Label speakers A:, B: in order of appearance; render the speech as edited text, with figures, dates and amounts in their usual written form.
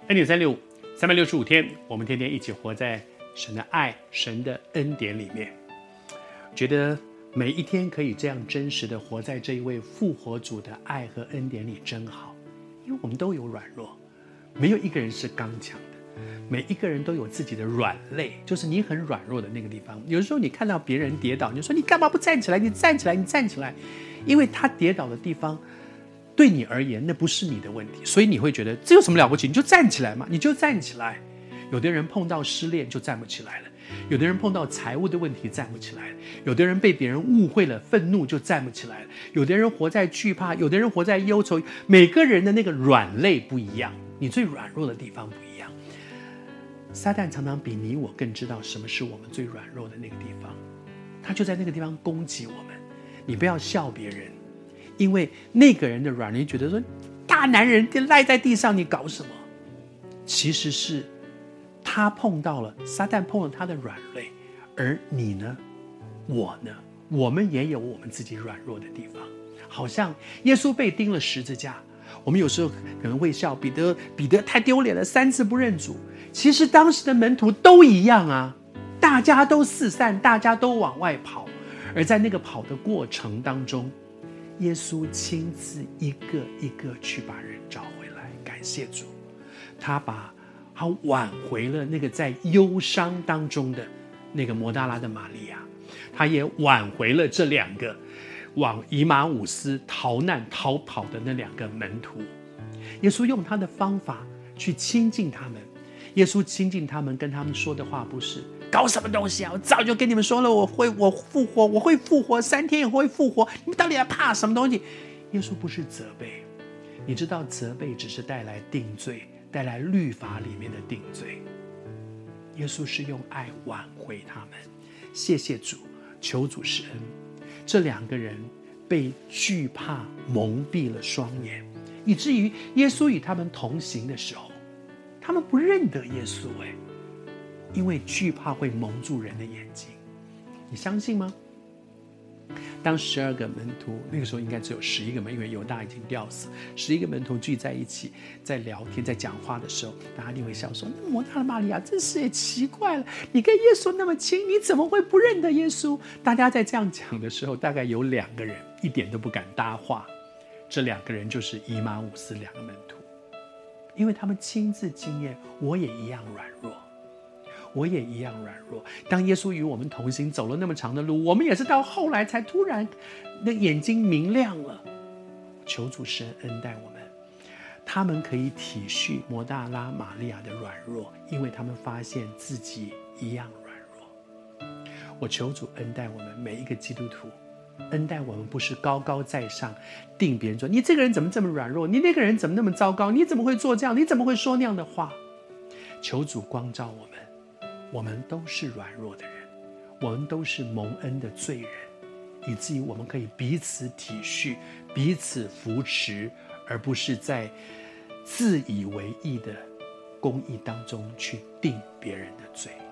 A: 恩典365 365天，我们天天一起活在神的爱、神的恩典里面。觉得每一天可以这样真实的活在这一位复活主的爱和恩典里真好，因为我们都有软弱，没有一个人是刚强的，每一个人都有自己的软肋，就是你很软弱的那个地方。有时候你看到别人跌倒，你就说你干嘛不站起来？你站起来，你站起来，因为他跌倒的地方对你而言那不是你的问题，所以你会觉得这有什么了不起？你就站起来嘛，你就站起来。有的人碰到失恋就站不起来了，有的人碰到财务的问题站不起来了，有的人被别人误会了愤怒就站不起来了，有的人活在惧怕，有的人活在忧愁。每个人的那个软肋不一样，你最软弱的地方不一样。撒旦常常比你我更知道什么是我们最软弱的那个地方，他就在那个地方攻击我们。你不要笑别人，因为那个人的软弱，你觉得说大男人赖在地上你搞什么？其实是他碰到了，撒旦碰了他的软肋，而你呢，我呢，我们也有我们自己软弱的地方。好像耶稣被钉了十字架，我们有时候可能会笑彼得太丢脸了，3次不认主。其实当时的门徒都一样啊，大家都四散，大家都往外跑，而在那个跑的过程当中，耶稣亲自一个一个去把人找回来。感谢主，他挽回了那个在忧伤当中的那个抹大拉的玛利亚，他也挽回了这2个往以马忤斯逃难逃跑的那2个门徒。耶稣用他的方法去亲近他们，耶稣亲近他们，跟他们说的话不是搞什么东西啊，我早就跟你们说了，我复活，我会复活，3天以后会复活，你们到底还怕什么东西？耶稣不是责备，你知道责备只是带来定罪，带来律法里面的定罪。耶稣是用爱挽回他们。谢谢主，求主施恩。这2个人被惧怕蒙蔽了双眼，以至于耶稣与他们同行的时候，他们不认得耶稣。因为惧怕会蒙住人的眼睛。你相信吗？当12个门徒，那个时候应该只有11个门，因为犹大已经吊死，11个门徒聚在一起，在聊天，在讲话的时候，大家一定会笑说：抹大拉玛利亚，这事也奇怪了，你跟耶稣那么亲，你怎么会不认得耶稣？大家在这样讲的时候，大概有2个人一点都不敢搭话，这2个人就是以马忤斯2个门徒，因为他们亲自经验，我也一样软弱，我也一样软弱。当耶稣与我们同行，走了那么长的路，我们也是到后来才突然那眼睛明亮了。求主神恩待我们，他们可以体恤抹大拉玛利亚的软弱，因为他们发现自己一样软弱。我求主恩待我们每一个基督徒，恩待我们不是高高在上定别人说你这个人怎么这么软弱，你那个人怎么那么糟糕，你怎么会做这样，你怎么会说那样的话。求主光照我们，我们都是软弱的人，我们都是蒙恩的罪人，以至于我们可以彼此体恤，彼此扶持，而不是在自以为义的公义当中去定别人的罪。